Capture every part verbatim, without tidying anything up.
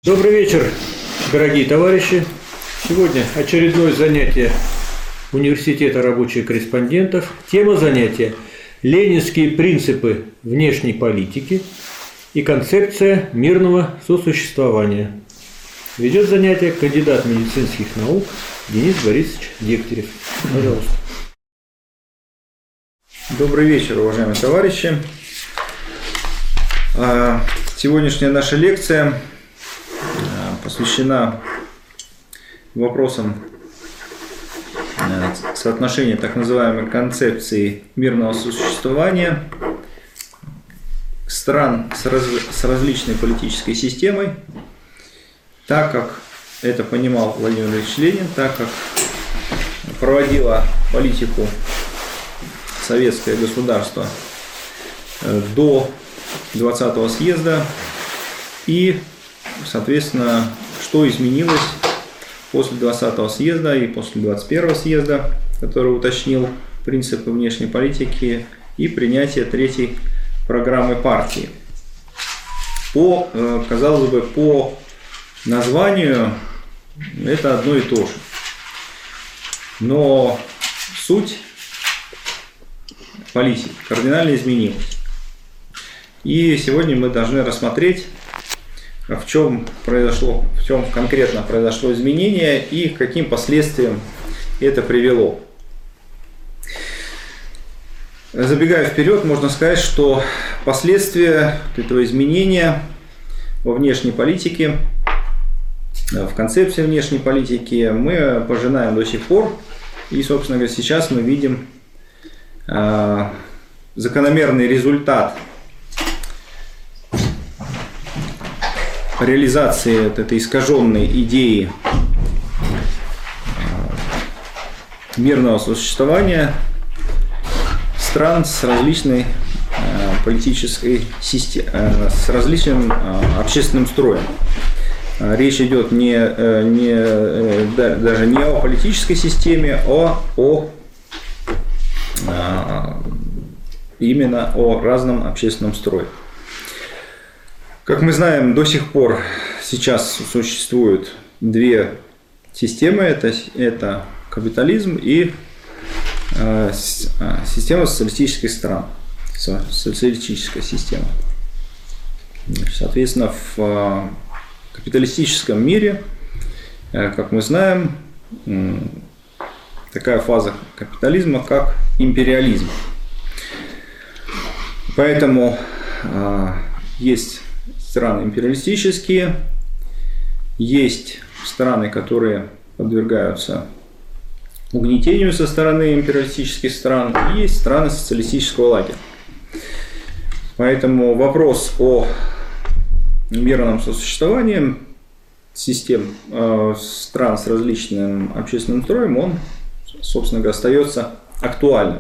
Добрый вечер, дорогие товарищи. Сегодня очередное занятие Университета рабочих корреспондентов. Тема занятия – ленинские принципы внешней политики и концепция мирного сосуществования. Ведет занятие кандидат медицинских наук Денис Борисович Дегтярев. Пожалуйста. Добрый вечер, уважаемые товарищи. Сегодняшняя наша лекция посвящена вопросам соотношения так называемой концепции мирного сосуществования стран с, раз, с различной политической системой, так как это понимал Владимир Ильич Ленин, так как проводило политику советское государство до двадцатого съезда и, соответственно, что изменилось после двадцатого съезда и после двадцать первого съезда, который уточнил принципы внешней политики и принятие третьей программы партии. По, казалось бы, по названию это одно и то же. Но суть политики кардинально изменилась. И сегодня мы должны рассмотреть, в чем произошло, в чем конкретно произошло изменение и к каким последствиям это привело. Забегая вперед, можно сказать, что последствия этого изменения во внешней политике, в концепции внешней политики мы пожинаем до сих пор. И, собственно говоря, сейчас мы видим э, закономерный результат реализации вот этой искаженной идеи мирного сосуществования стран с различной политической системой, с различным общественным строем. Речь идет не, не, даже не о политической системе, а о, именно о разном общественном строе. Как мы знаем, до сих пор сейчас существуют две системы. Это, это капитализм и э, система социалистических стран. Социалистическая система. Соответственно, в э, капиталистическом мире, э, как мы знаем, э, такая фаза капитализма, как империализм. Поэтому э, есть страны империалистические, есть страны, которые подвергаются угнетению со стороны империалистических стран, и есть страны социалистического лагеря. Поэтому вопрос о мирном сосуществовании систем э, стран с различным общественным строем, он, собственно говоря, остается актуальным.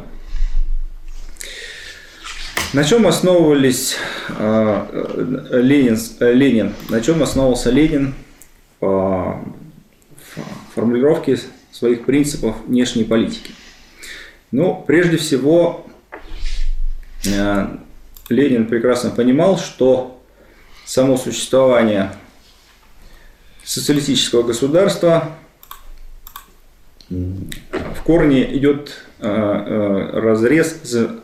На чем основывались э, Ленин, э, Ленин, на чем основывался Ленин по формулировке своих принципов внешней политики? Ну, прежде всего, э, Ленин прекрасно понимал, что само существование социалистического государства в корне идет э, э, разрез с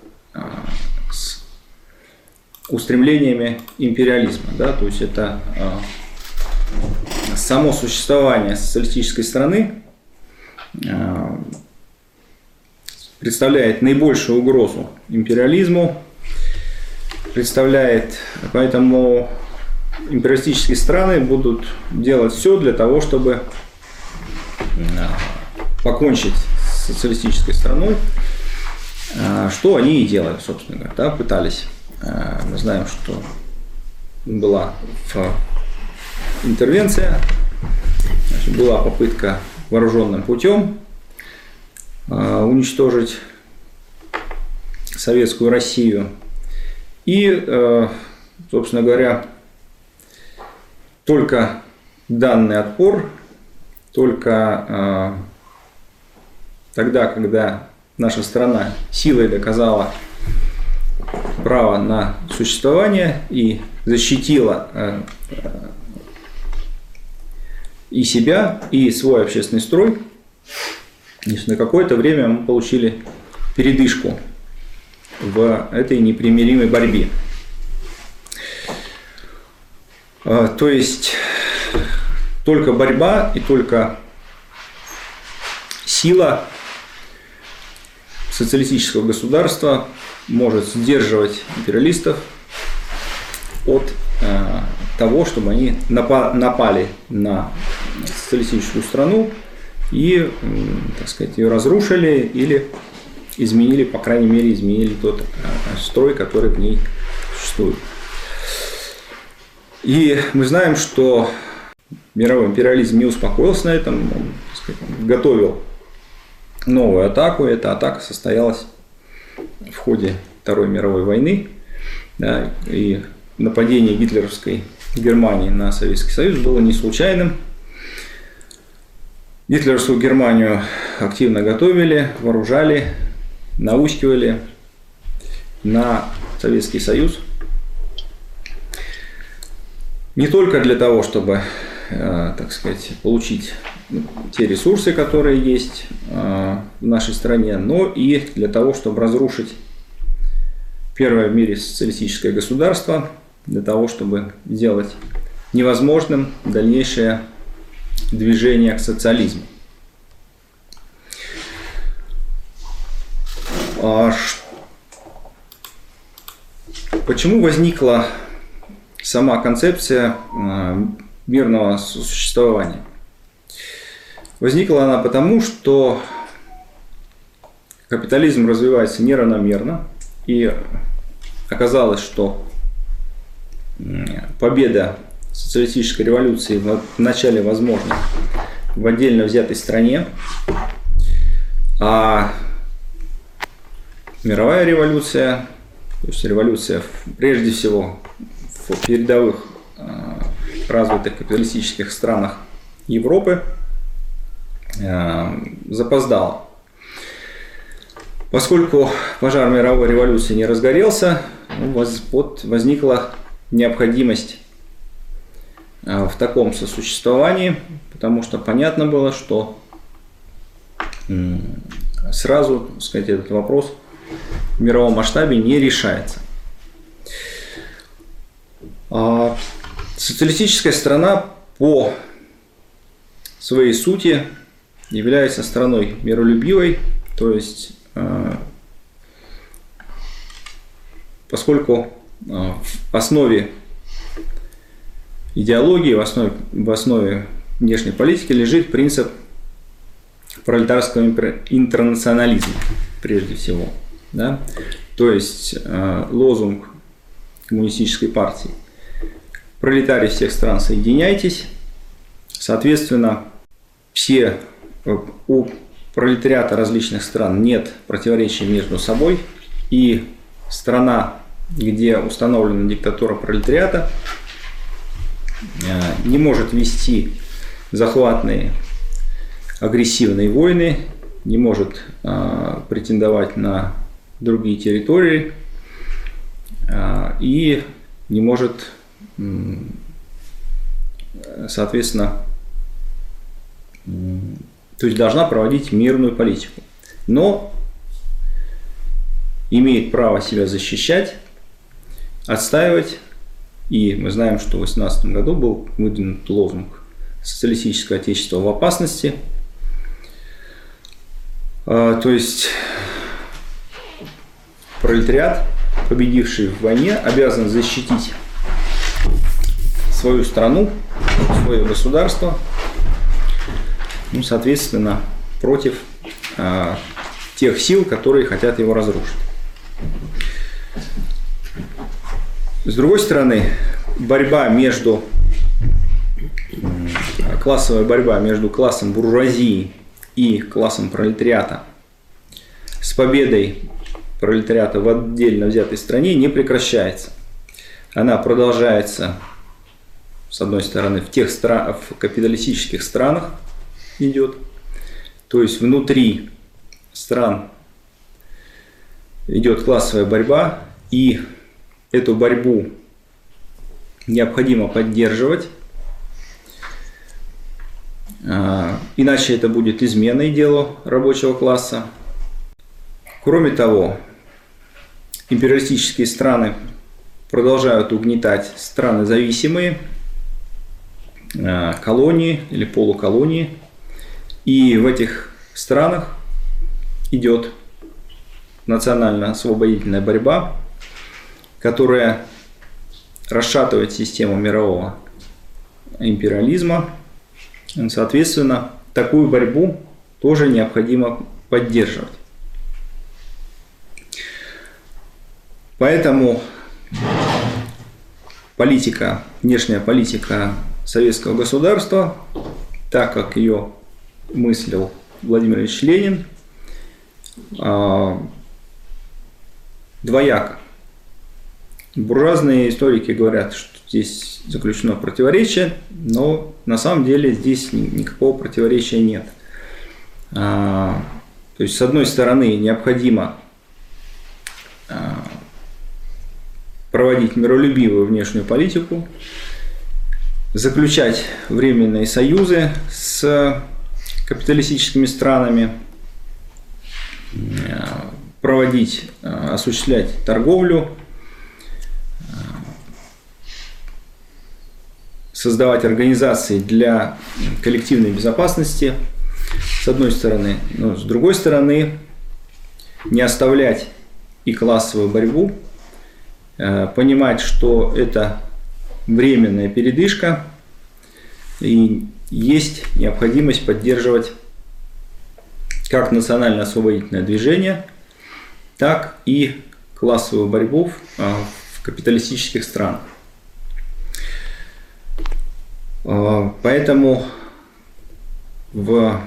устремлениями империализма, да, то есть это э, само существование социалистической страны э, представляет наибольшую угрозу империализму, представляет, поэтому империалистические страны будут делать все для того, чтобы э, покончить с социалистической страной, э, что они и делали, собственно говоря, да, пытались. Мы знаем, что была интервенция, значит, была попытка вооруженным путем уничтожить советскую Россию. И, собственно говоря, только данный отпор, только тогда, когда наша страна силой доказала право на существование и защитила и себя, и свой общественный строй. И на какое-то время мы получили передышку в этой непримиримой борьбе. То есть только борьба и только сила социалистического государства может сдерживать империалистов от э, того, чтобы они напа- напали на социалистическую страну и, э, так сказать, ее разрушили или изменили, по крайней мере, изменили тот э, строй, который в ней существует. И мы знаем, что мировой империализм не успокоился на этом, он, так сказать, готовил новую атаку. Эта атака состоялась в ходе Второй мировой войны, да, и нападение гитлеровской Германии на Советский Союз было не случайным. Гитлеровскую Германию активно готовили, вооружали, наускивали на Советский Союз. Не только для того, чтобы, так сказать, получить те ресурсы, которые есть в нашей стране, но и для того, чтобы разрушить первое в мире социалистическое государство, для того, чтобы сделать невозможным дальнейшее движение к социализму. Почему возникла сама концепция мирного существования? Возникла она потому, что капитализм развивается неравномерно, и оказалось, что победа социалистической революции в начале возможна в отдельно взятой стране, а мировая революция, то есть революция прежде всего в передовых развитых капиталистических странах Европы, запоздала. Поскольку пожар мировой революции не разгорелся, вот возникла необходимость в таком сосуществовании, потому что понятно было, что сразу, так сказать, этот вопрос в мировом масштабе не решается. Социалистическая страна по своей сути является страной миролюбивой, то есть поскольку в основе идеологии, в основе, в основе внешней политики лежит принцип пролетарского интернационализма, прежде всего. Да? То есть лозунг коммунистической партии: пролетарии всех стран, соединяйтесь. Соответственно, все у пролетариата различных стран нет противоречий между собой, и страна, где установлена диктатура пролетариата, не может вести захватные агрессивные войны, не может претендовать на другие территории и не может, соответственно, то есть должна проводить мирную политику, но имеет право себя защищать, отстаивать. И мы знаем, что в две тысячи восемнадцатом году был выдвинут лозунг «Социалистическое отечество в опасности». То есть пролетариат, победивший в войне, обязан защитить свою страну, свое государство, ну, соответственно, против э, тех сил, которые хотят его разрушить. С другой стороны, борьба между, классовая борьба между классом буржуазии и классом пролетариата с победой пролетариата в отдельно взятой стране не прекращается. Она продолжается, с одной стороны, в тех странах, в капиталистических странах идет, то есть внутри стран идет классовая борьба, и эту борьбу необходимо поддерживать. Иначе это будет изменой делу рабочего класса. Кроме того, империалистические страны продолжают угнетать страны зависимые, колонии или полуколонии. И в этих странах идет национально-освободительная борьба, которая расшатывает систему мирового империализма. Соответственно, такую борьбу тоже необходимо поддерживать. Поэтому политика, внешняя политика советского государства, так как ее мыслил Владимир Ильич Ленин, двояко. Буржуазные историки говорят, что здесь заключено противоречие, но на самом деле здесь никакого противоречия нет. То есть, с одной стороны, необходимо проводить миролюбивую внешнюю политику, заключать временные союзы с капиталистическими странами, проводить, осуществлять торговлю, создавать организации для коллективной безопасности, с одной стороны, но с другой стороны, не оставлять и классовую борьбу, понимать, что это временная передышка и есть необходимость поддерживать как национально-освободительное движение, так и классовую борьбу в капиталистических странах. Поэтому в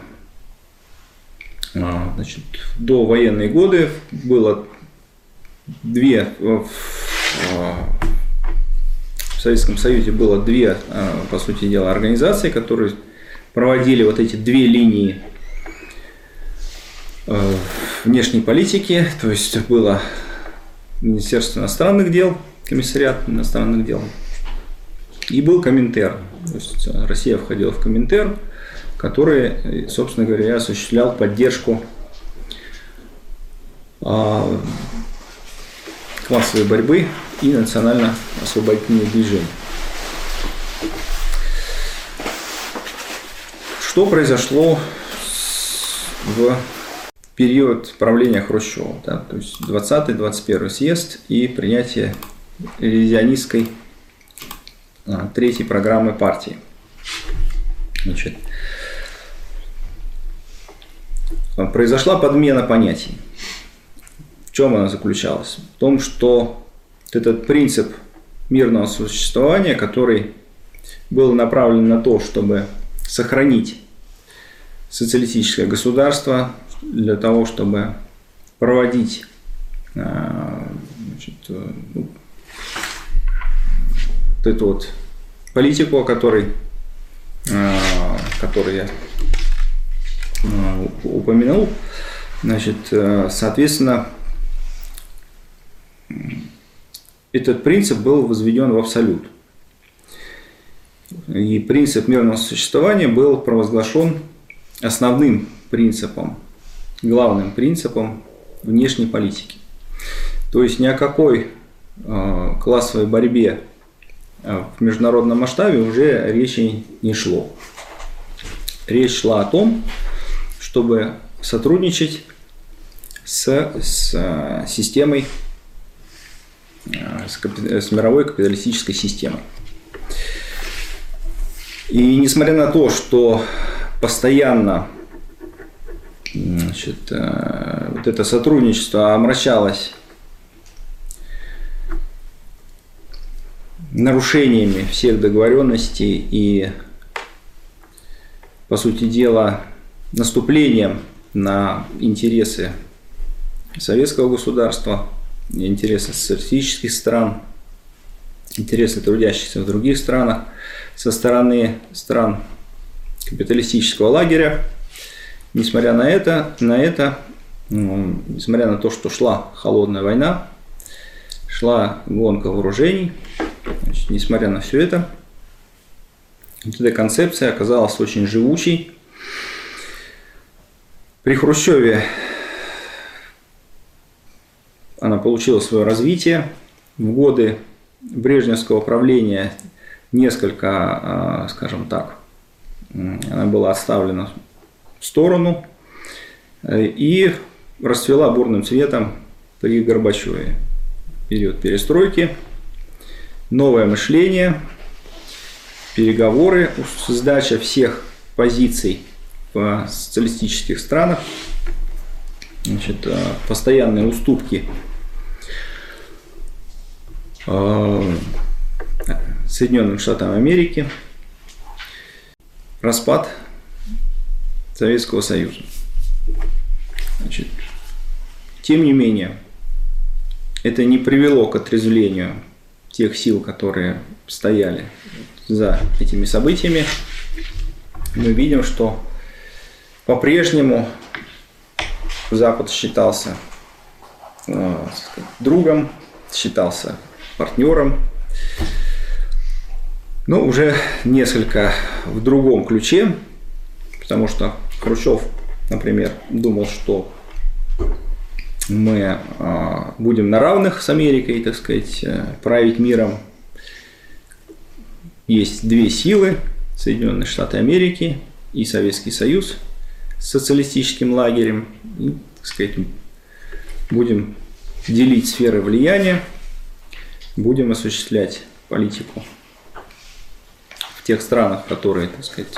значит, до военные годы было две, в Советском Союзе было две, по сути дела, организации, которые проводили вот эти две линии внешней политики, то есть было Министерство иностранных дел, комиссариат иностранных дел, и был Коминтерн. То есть Россия входила в Коминтерн, который, собственно говоря, осуществлял поддержку классовой борьбы и национально-освободительных движений. Что произошло в период правления Хрущева, да, то есть двадцатый двадцать первый съезд и принятие ревизионистской а, третьей программы партии. Значит, произошла подмена понятий. В чем она заключалась? В том, что этот принцип мирного существования, который был направлен на то, чтобы сохранить социалистическое государство, для того, чтобы проводить значит, ну, вот эту вот политику, о которой, которую я упомянул, значит, соответственно, этот принцип был возведен в абсолют. И принцип мирного существования был провозглашен основным принципом, главным принципом внешней политики. То есть ни о какой э, классовой борьбе э, в международном масштабе уже речи не шло. Речь шла о том, чтобы сотрудничать с, с э, системой, э, с, капи, с мировой капиталистической системой. И несмотря на то, что постоянно значит, вот это сотрудничество омрачалось нарушениями всех договоренностей и, по сути дела, наступлением на интересы советского государства, интересы социалистических стран, интересы трудящихся в других странах со стороны стран капиталистического лагеря. Несмотря на это, на это, несмотря на то, что шла холодная война, шла гонка вооружений, значит, несмотря на все это, Вот эта концепция оказалась очень живучей. При Хрущеве она получила свое развитие. В годы брежневского правления несколько, скажем так, она была отставлена в сторону и расцвела бурным цветом при Горбачеве. Период перестройки, новое мышление, переговоры, сдача всех позиций в социалистических странах, значит, постоянные уступки Соединенным Штатам Америки, распад Советского Союза. Значит, тем не менее, это не привело к отрезвлению тех сил, которые стояли за этими событиями. Мы видим, что по-прежнему Запад считался э, сказать, другом, считался партнером, но уже несколько в другом ключе, потому что Хрущев, например, думал, что мы э, будем на равных с Америкой, так сказать, э, править миром. Есть две силы: Соединенные Штаты Америки и Советский Союз с социалистическим лагерем. И, так сказать, будем делить сферы влияния, будем осуществлять политику в тех странах, которые, так сказать,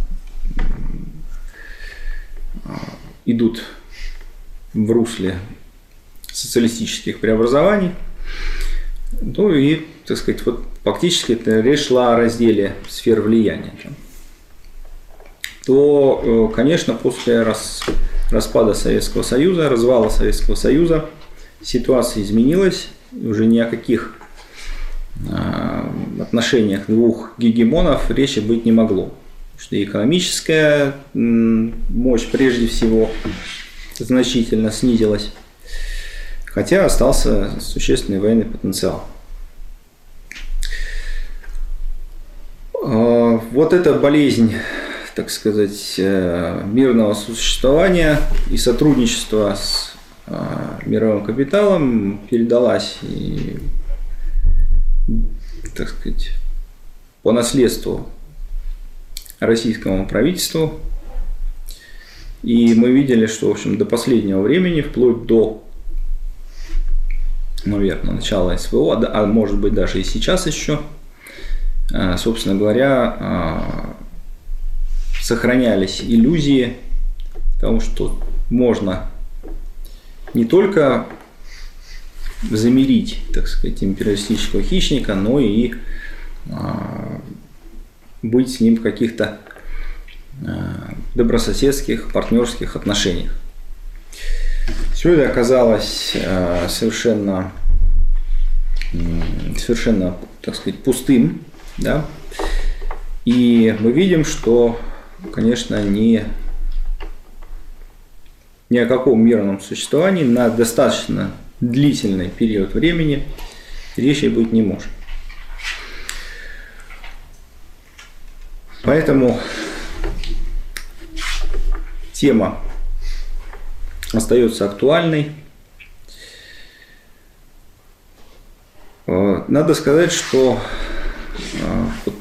идут в русле социалистических преобразований. Ну и, так сказать, вот фактически это речь шла о разделе сфер влияния. То, конечно, после рас, распада Советского Союза, развала Советского Союза, ситуация изменилась. Уже ни о каких э, отношениях двух гегемонов речи быть не могло. Потому что экономическая э, мощь прежде всего значительно снизилась, хотя остался существенный военный потенциал. Э, вот эта болезнь, так сказать, э, мирного существования и сотрудничества с мировым капиталом передалась и, так сказать, по наследству российскому правительству. И мы видели, что, в общем, до последнего времени, вплоть до, наверное, начала СВО, а может быть даже и сейчас еще, собственно говоря, сохранялись иллюзии того, что можно не только замерить, так сказать, империалистического хищника, но и а, быть с ним в каких-то а, добрососедских, партнерских отношениях. Все это оказалось а, совершенно, совершенно, так сказать, пустым, да? И мы видим, что, конечно, не ни о каком мирном существовании на достаточно длительный период времени речи быть не может. Поэтому тема остается актуальной. Надо сказать, что вот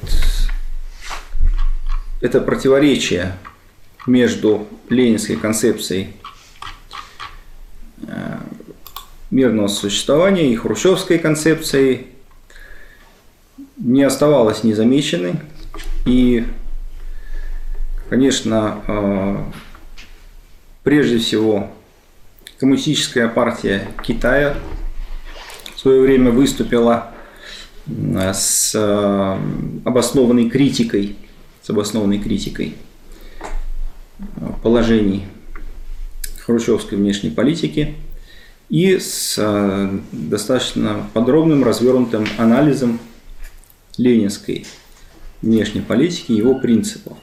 это противоречие между ленинской концепцией мирного существования и хрущевской концепцией не оставалось незамеченной. И, конечно, прежде всего, Коммунистическая партия Китая в свое время выступила с обоснованной критикой, с обоснованной критикой положений хрущевской внешней политики и с достаточно подробным, развернутым анализом ленинской внешней политики и его принципов.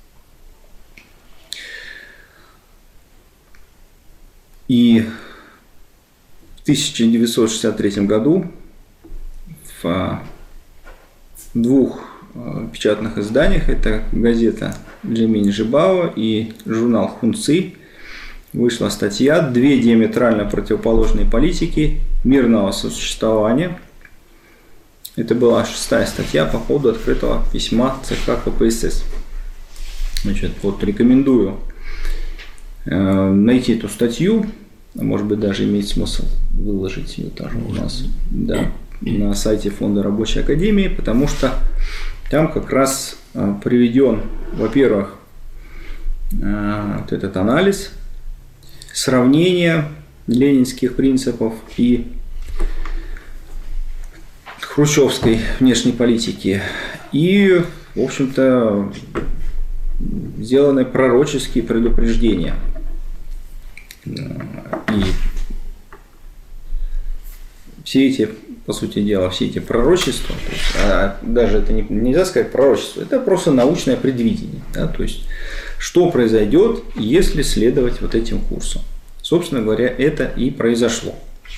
И в тысяча девятьсот шестьдесят третьем году в двух печатных изданиях. Это газета «Джемень Жибао» и журнал «Хунци». Вышла статья «Две диаметрально противоположные политики мирного сосуществования». Это была шестая статья по поводу открытого письма ЦК КПСС. Значит, вот рекомендую э, найти эту статью, может быть, даже имеет смысл выложить ее тоже у нас, да, на сайте Фонда Рабочей Академии, потому что там как раз э, приведен, во-первых, э, вот этот анализ, сравнение ленинских принципов и хрущевской внешней политики, и, в общем-то, сделаны пророческие предупреждения. И все эти, по сути дела, все эти пророчества, то есть, а даже это не, нельзя сказать пророчество, это просто научное предвидение. Да, то есть, что произойдет, если следовать вот этим курсам. Собственно говоря, это и произошло.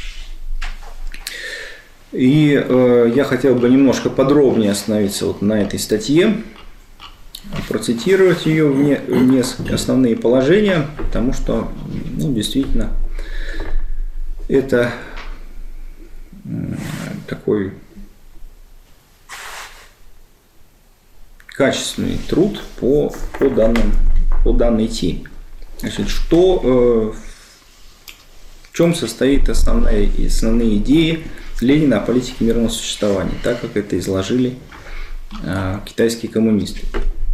И э, я хотел бы немножко подробнее остановиться вот на этой статье, процитировать ее в, не, в несколько основные положения, потому что, ну, действительно, это э, такой качественный труд по, по, данным, по данной теме. Значит, что, э, в чем состоит основная, основные идеи Ленина о политике мирного существования, так как это изложили э, китайские коммунисты.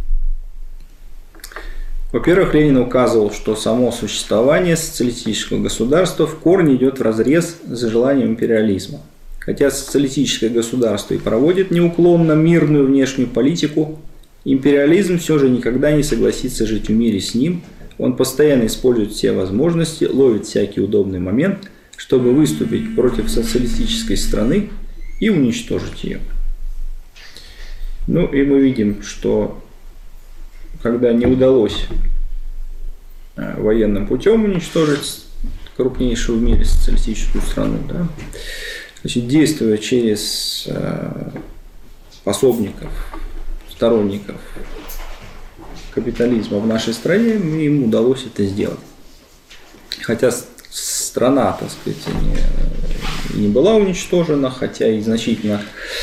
Во-первых, Ленин указывал, что само существование социалистического государства в корне идет вразрез с желанием империализма. Хотя социалистическое государство и проводит неуклонно мирную внешнюю политику, империализм все же никогда не согласится жить в мире с ним. Он постоянно использует все возможности, ловит всякий удобный момент, чтобы выступить против социалистической страны и уничтожить ее. Ну и мы видим, что когда не удалось военным путем уничтожить крупнейшую в мире социалистическую страну, да, значит, действуя через пособников, сторонников капитализма в нашей стране, им удалось это сделать. Хотя страна, так сказать, не, не была уничтожена, хотя и значительно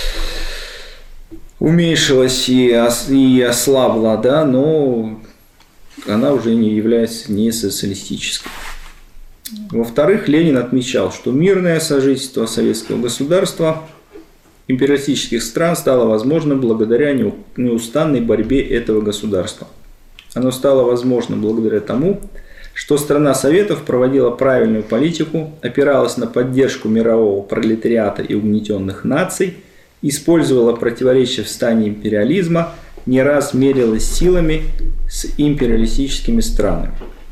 уменьшилась и, ос, и ослабла, да, но она уже не является не социалистической. Во-вторых, Ленин отмечал, что мирное сожительство советского государства империалистических стран стало возможным благодаря неустанной борьбе этого государства. Оно стало возможным благодаря тому, что страна Советов проводила правильную политику, опиралась на поддержку мирового пролетариата и угнетенных наций, использовала противоречия в стане империализма, не раз мерилась силами с империалистическими странами.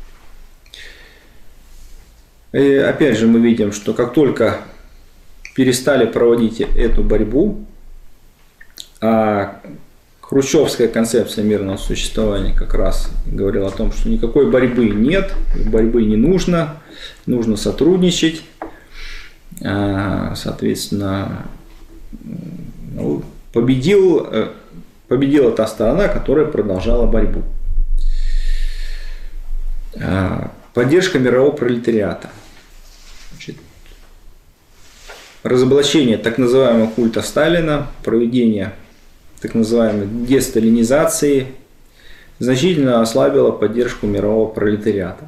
И опять же мы видим, что как только перестали проводить эту борьбу, а хрущевская концепция мирного существования как раз говорила о том, что никакой борьбы нет, борьбы не нужно, нужно сотрудничать. Соответственно, победил, победила та сторона, которая продолжала борьбу. Поддержка мирового пролетариата. Значит, разоблачение так называемого культа Сталина, проведение так называемой десталинизации значительно ослабило поддержку мирового пролетариата.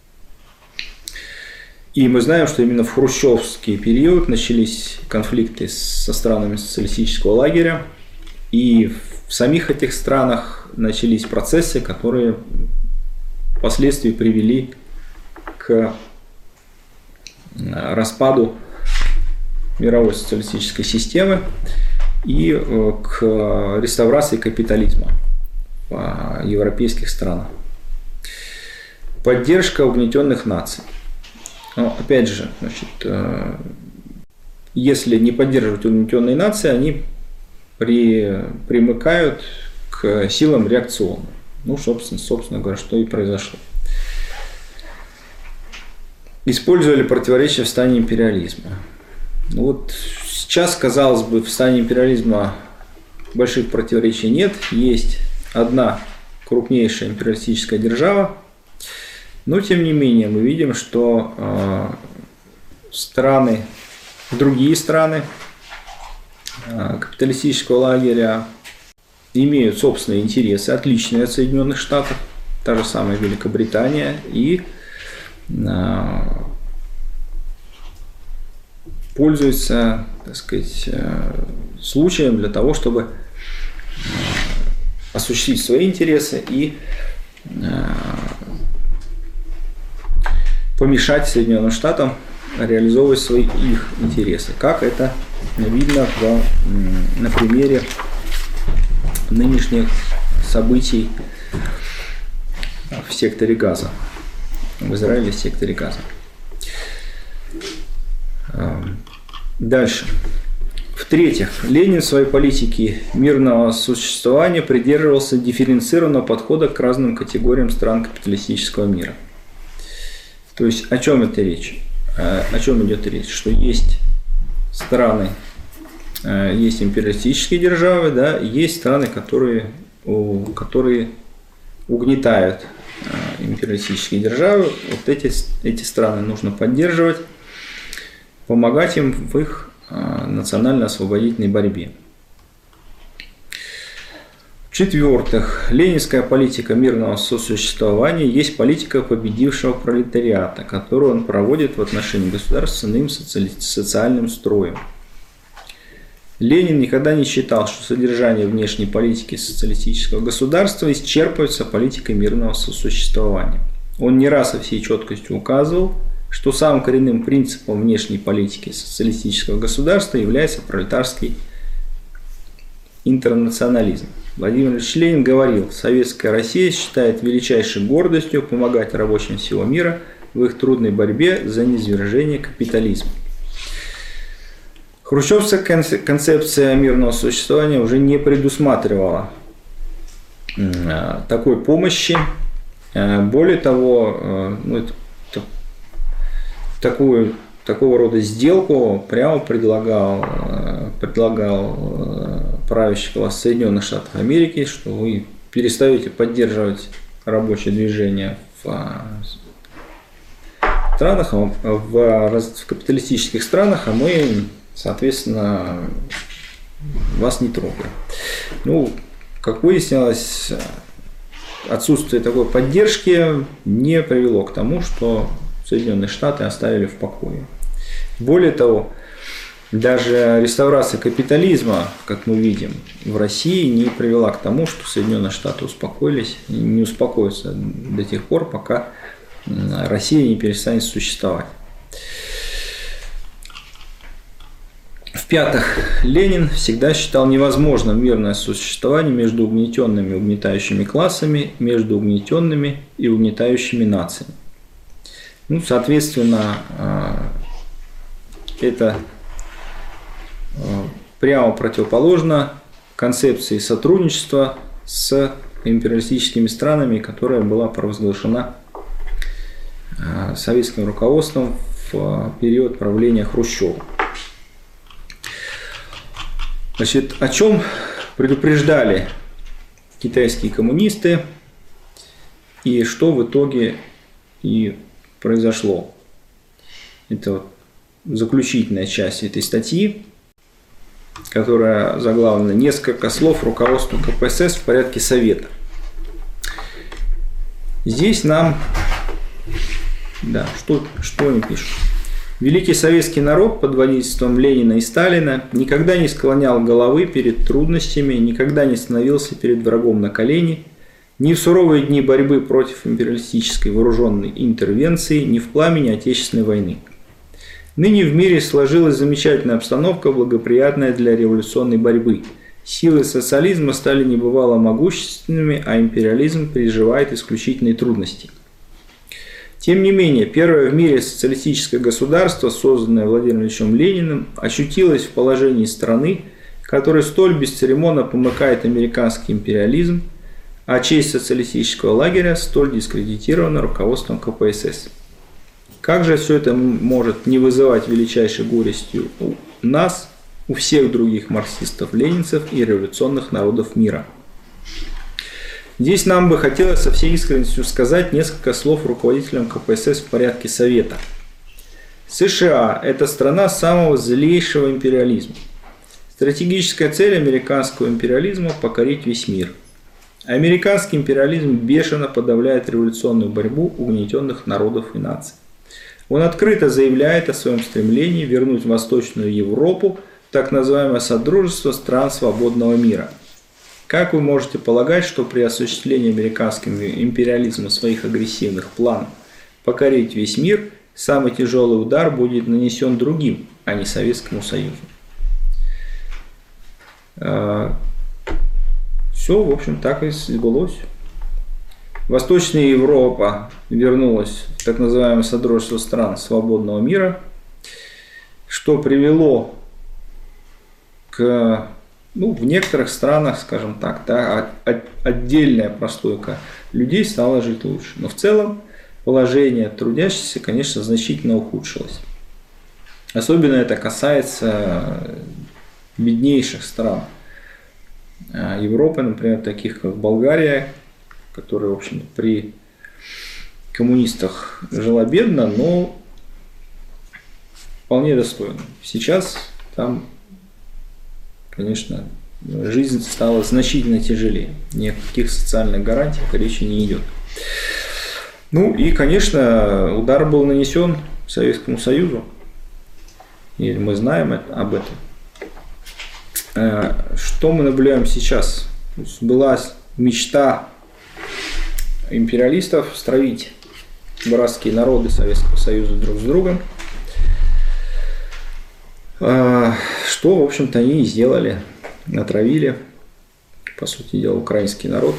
И мы знаем, что именно в хрущевский период начались конфликты со странами социалистического лагеря, и в самих этих странах начались процессы, которые впоследствии привели к распаду мировой социалистической системы и к реставрации капитализма в европейских странах. Поддержка угнетенных наций. Но опять же, значит, если не поддерживать угнетенные нации, они при, примыкают к силам реакционным. Ну, собственно, собственно говоря, что и произошло. Использовали противоречия в стане империализма. Ну, вот сейчас, казалось бы, в стане империализма больших противоречий нет. Есть одна крупнейшая империалистическая держава, но тем не менее мы видим, что э, страны, другие страны э, капиталистического лагеря имеют собственные интересы, отличные от Соединенных Штатов, та же самая Великобритания, и э, пользуются, так сказать, э, случаем для того, чтобы осуществить свои интересы и э, помешать Соединенным Штатам реализовывать свои их интересы. Как это видно в, на примере нынешних событий в секторе Газа, в Израиле в секторе Газа. Дальше. В-третьих, Ленин в своей политике мирного существования придерживался дифференцированного подхода к разным категориям стран капиталистического мира. То есть о чем это речь? О чем идет речь? Что есть страны, есть империалистические державы, да, есть страны, которые, которые угнетают империалистические державы. Вот эти, эти страны нужно поддерживать, помогать им в их национально-освободительной борьбе. В-четвертых, ленинская политика мирного сосуществования есть политика победившего пролетариата, которую он проводит в отношении государства с иным соци... социальным строем. Ленин никогда не считал, что содержание внешней политики социалистического государства исчерпывается политикой мирного сосуществования. Он не раз со всей четкостью указывал, что самым коренным принципом внешней политики социалистического государства является пролетарский интернационализм. Владимир Ильич Ленин говорил: «Советская Россия считает величайшей гордостью помогать рабочим всего мира в их трудной борьбе за низвержение капитализма». Хрущевская концепция мирного существования уже не предусматривала такой помощи. Более того, ну, это, такую, такого рода сделку прямо предлагал, предлагал правящий класс Соединенных Штатов Америки, что вы перестаете поддерживать рабочее движение в странах, в, в капиталистических странах, а мы, соответственно, вас не трогаем. Ну, как выяснилось, отсутствие такой поддержки не привело к тому, что Соединенные Штаты оставили в покое. Более того, даже реставрация капитализма, как мы видим, в России не привела к тому, что Соединенные Штаты успокоились, не успокоятся до тех пор, пока Россия не перестанет существовать. В-пятых, Ленин всегда считал невозможным мирное существование между угнетенными и угнетающими классами, между угнетенными и угнетающими нациями. Ну, соответственно, это прямо противоположно концепции сотрудничества с империалистическими странами, которая была провозглашена советским руководством в период правления Хрущева. Значит, о чем предупреждали китайские коммунисты и что в итоге и произошло? Это вот заключительная часть этой статьи, которая заглавлена «Несколько слов руководству ка пэ эс эс в порядке совета». Здесь нам, да, что, что они пишут? Великий советский народ под водительством Ленина и Сталина никогда не склонял головы перед трудностями, никогда не становился перед врагом на колени, ни в суровые дни борьбы против империалистической вооруженной интервенции, ни в пламени Отечественной войны. Ныне в мире сложилась замечательная обстановка, благоприятная для революционной борьбы. Силы социализма стали небывало могущественными, а империализм переживает исключительные трудности. Тем не менее, первое в мире социалистическое государство, созданное Владимиром Ильичем Лениным, очутилось в положении страны, которая столь бесцеремонно помыкает американский империализм, а честь социалистического лагеря столь дискредитирована руководством ка пэ эс эс. Как же все это может не вызывать величайшей горестью у нас, у всех других марксистов-ленинцев и революционных народов мира. Здесь нам бы хотелось со всей искренностью сказать несколько слов руководителям ка пэ эс эс в порядке совета. США – это страна самого злейшего империализма. Стратегическая цель американского империализма – покорить весь мир. Американский империализм бешено подавляет революционную борьбу угнетенных народов и наций. Он открыто заявляет о своем стремлении вернуть Восточную Европу в так называемое Содружество стран свободного мира. Как вы можете полагать, что при осуществлении американским империализмом своих агрессивных планов покорить весь мир, самый тяжелый удар будет нанесен другим, а не Советскому Союзу? Все, в общем, так и сбылось. Восточная Европа вернулась в так называемое Содружество стран свободного мира, что привело к, ну, в некоторых странах, скажем так, да, отдельная прослойка людей стала жить лучше. Но в целом положение трудящихся, конечно, значительно ухудшилось. Особенно это касается беднейших стран Европы, например, таких как Болгария, которая, в общем, при коммунистах жила бедно, но вполне достойно. Сейчас там, конечно, жизнь стала значительно тяжелее. Ни о каких социальных гарантиях речи не идет. Ну и, конечно, удар был нанесен Советскому Союзу. И мы знаем об этом. Что мы наблюдаем сейчас? Была мечта империалистов стравить братские народы Советского Союза друг с другом. Что, в общем-то, они и сделали. Натравили, по сути дела, украинский народ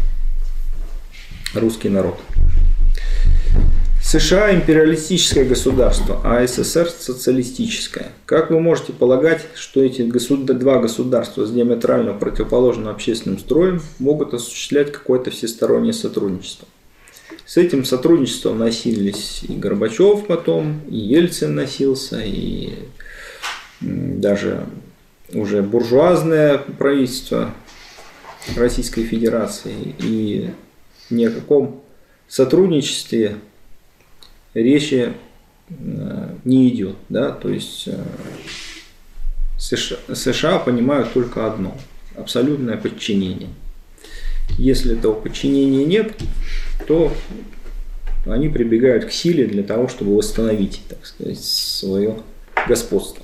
на русский народ. США – империалистическое государство, а СССР – социалистическое. Как вы можете полагать, что эти два государства с диаметрально противоположным общественным строем могут осуществлять какое-то всестороннее сотрудничество? С этим сотрудничеством носились и Горбачев потом, и Ельцин носился, и даже уже буржуазное правительство Российской Федерации. И ни о каком сотрудничестве речи не идет, да, то есть США, США понимают только одно – абсолютное подчинение. Если этого подчинения нет, то они прибегают к силе для того, чтобы восстановить, так сказать, свое господство.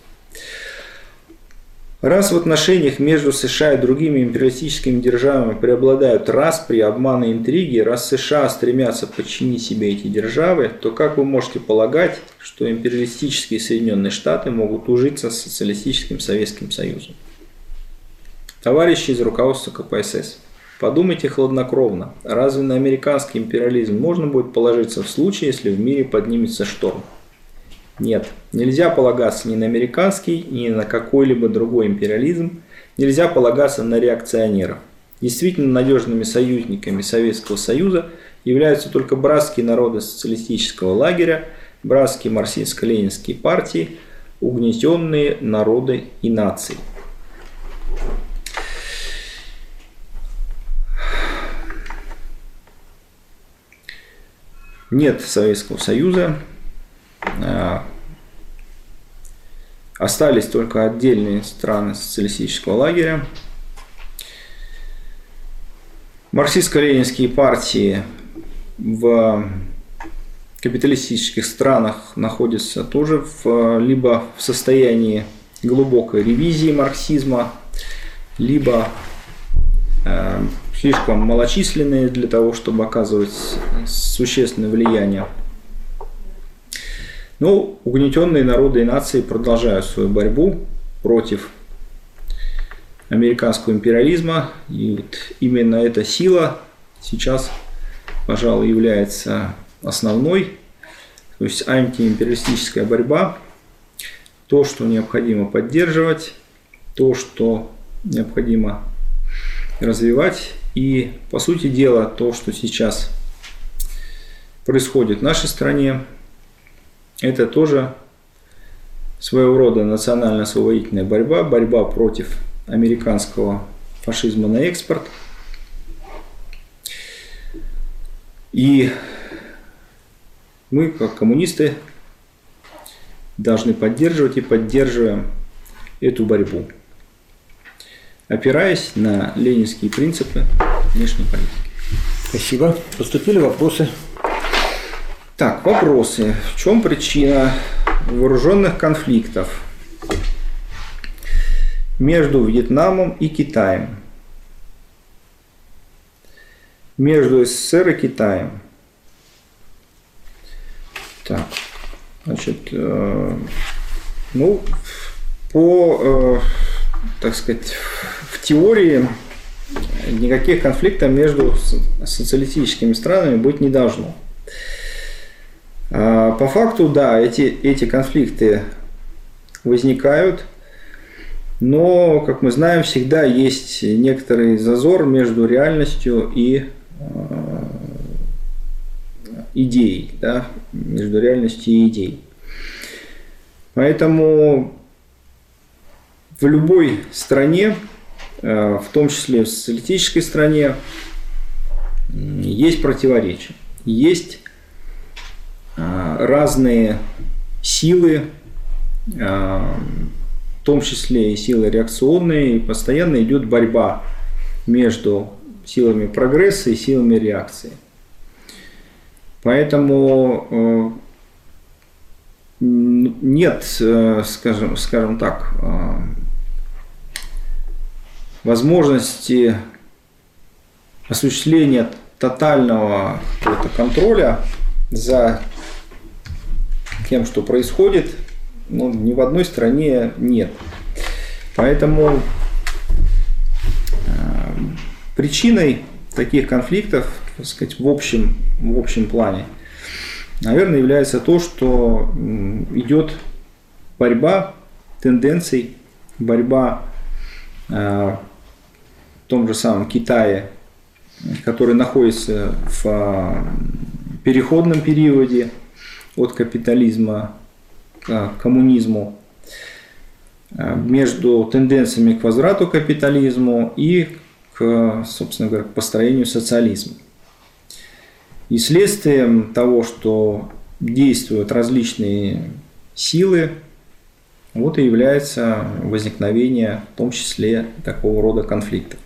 Раз в отношениях между США и другими империалистическими державами преобладают распри, обманы и интриги, раз США стремятся подчинить себе эти державы, то как вы можете полагать, что империалистические Соединенные Штаты могут ужиться с социалистическим Советским Союзом? Товарищи из руководства ка пэ эс эс, подумайте хладнокровно, разве на американский империализм можно будет положиться в случае, если в мире поднимется шторм? Нет, нельзя полагаться ни на американский, ни на какой-либо другой империализм, нельзя полагаться на реакционеров. Действительно надежными союзниками Советского Союза являются только братские народы социалистического лагеря, братские марксистско-ленинские партии, угнетенные народы и нации. Нет Советского Союза. Остались только отдельные страны социалистического лагеря. Марксистско-ленинские партии в капиталистических странах находятся тоже в, либо в состоянии глубокой ревизии марксизма, либо э, слишком малочисленные для того, чтобы оказывать существенное влияние. Но угнетенные народы и нации продолжают свою борьбу против американского империализма. И вот именно эта сила сейчас, пожалуй, является основной. То есть антиимпериалистическая борьба, то, что необходимо поддерживать, то, что необходимо развивать. И, по сути дела, то, что сейчас происходит в нашей стране, это тоже своего рода национально-освободительная борьба, борьба против американского фашизма на экспорт. И мы, как коммунисты, должны поддерживать и поддерживаем эту борьбу, опираясь на ленинские принципы внешней политики. Спасибо. Поступили вопросы. Так, вопросы. В чем причина вооруженных конфликтов между Вьетнамом и Китаем? Между СССР и Китаем. Так, значит, э, ну, по, э, так сказать, в теории никаких конфликтов между социалистическими странами быть не должно. А по факту, да, эти, эти конфликты возникают, но, как мы знаем, всегда есть некоторый зазор между реальностью и э, идеей, да, между реальностью и идеей. Поэтому в любой стране, в том числе в социалистической стране, есть противоречия, есть разные силы, в том числе и силы реакционные, и постоянно идет борьба между силами прогресса и силами реакции. Поэтому нет, скажем, скажем так, возможности осуществления тотального контроля за тем, что происходит, ну, ни в одной стране нет. Поэтому причиной таких конфликтов, так сказать, в общем, в общем плане, наверное, является то, что идет борьба тенденций, борьба э, в том же самом Китае, который находится в э, переходном периоде от капитализма к коммунизму, э, между тенденциями к возврату к капитализму и к, собственно говоря, к построению социализма. И следствием того, что действуют различные силы, вот и является возникновение, в том числе, такого рода конфликтов.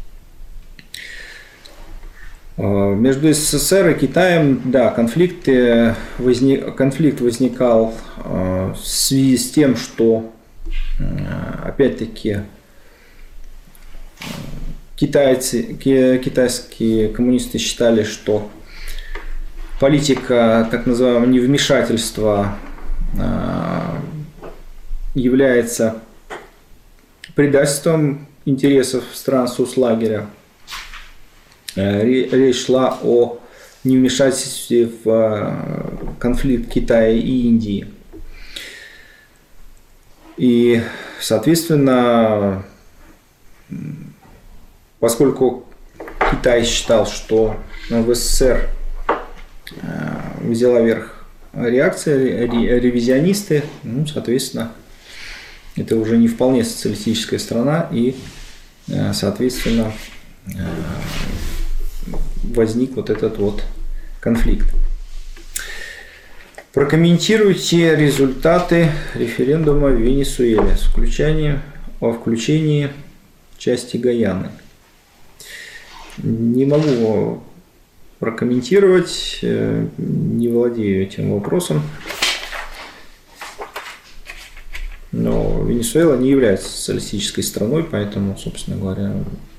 Между СССР и Китаем, да, конфликты, возник, конфликт возникал в связи с тем, что, опять-таки, китайцы, китайские коммунисты считали, что политика так называемого невмешательства является предательством интересов стран соцлагеря. Речь шла о невмешательстве в конфликт Китая и Индии. И, соответственно, поскольку Китай считал, что в СССР взяла верх реакция, ревизионисты, ну, соответственно, это уже не вполне социалистическая страна, и, соответственно, возник вот этот вот конфликт. Прокомментируйте результаты референдума в Венесуэле с включением, о включении части Гаяны. Не могу прокомментировать, не владею этим вопросом. Но Венесуэла не является социалистической страной, поэтому, собственно говоря,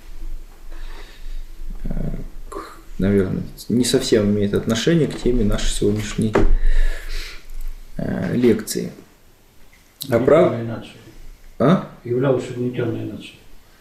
наверное, не совсем имеет отношение к теме нашей сегодняшней лекции. А прав... а? Являлась угнетенной нацией.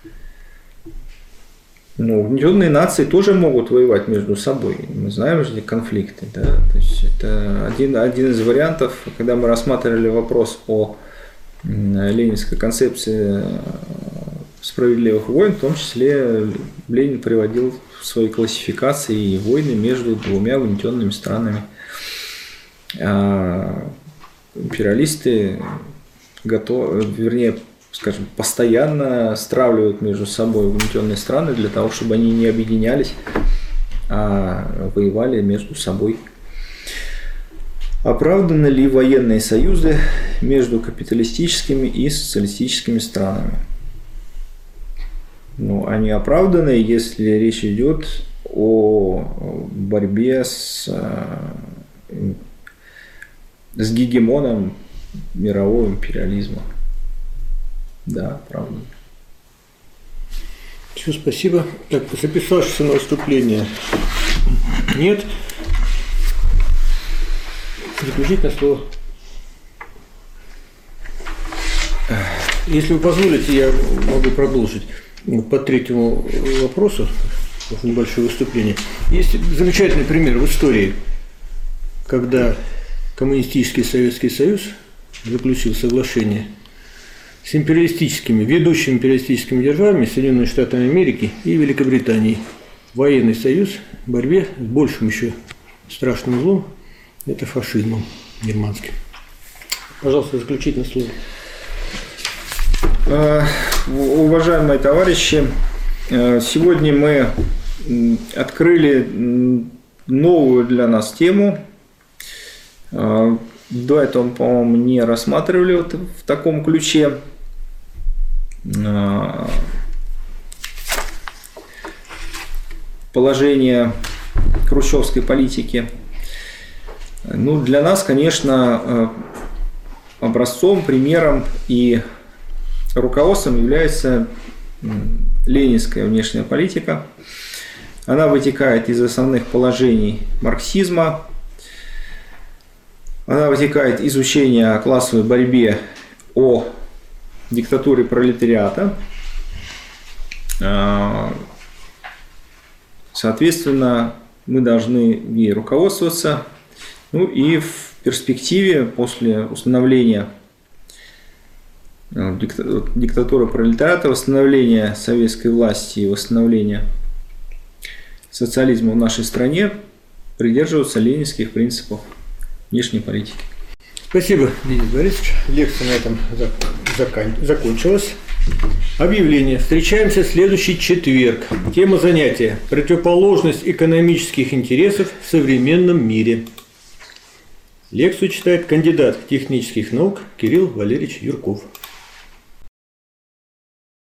Ну, угнетенные нации тоже могут воевать между собой. Мы знаем же конфликты. Да? То есть это один, один из вариантов, когда мы рассматривали вопрос о ленинской концепции справедливых войн, в том числе Ленин приводил в своей классификации и войны между двумя угнетенными странами. А империалисты готовы, вернее, скажем, постоянно стравливают между собой угнетенные страны для того, чтобы они не объединялись, а воевали между собой. Оправданы ли военные союзы между капиталистическими и социалистическими странами? Ну, они оправданы, если речь идет о борьбе с, с гегемоном мирового империализма. Да, правда. Все, спасибо. Так, записавшись на выступление нет. Заключительное слово. Если вы позволите, я могу продолжить по третьему вопросу, небольшое выступление. Есть замечательный пример в истории, когда коммунистический Советский Союз заключил соглашение с империалистическими, ведущими империалистическими державами, Соединенными Штатами Америки и Великобританией. Военный союз в борьбе с большим еще страшным злом – это фашизмом германским. Пожалуйста, заключительное слово. Уважаемые товарищи, сегодня мы открыли новую для нас тему. До этого, по-моему, не рассматривали вот в таком ключе. Положение хрущевской политики. Ну, для нас, конечно, образцом, примером и руководством является ленинская внешняя политика. Она вытекает из основных положений марксизма. Она вытекает из учения о классовой борьбе, о диктатуре пролетариата. Соответственно, мы должны ей руководствоваться. Ну и в перспективе, после установления диктатуры пролетариата, восстановления советской власти и восстановления социализма в нашей стране, придерживаться ленинских принципов внешней политики. Спасибо, Денис Борисович. Лекция на этом закончилась. Объявление. Встречаемся в следующий четверг. Тема занятия – противоположность экономических интересов в современном мире. Лекцию читает кандидат технических наук Кирилл Валерьевич Юрков.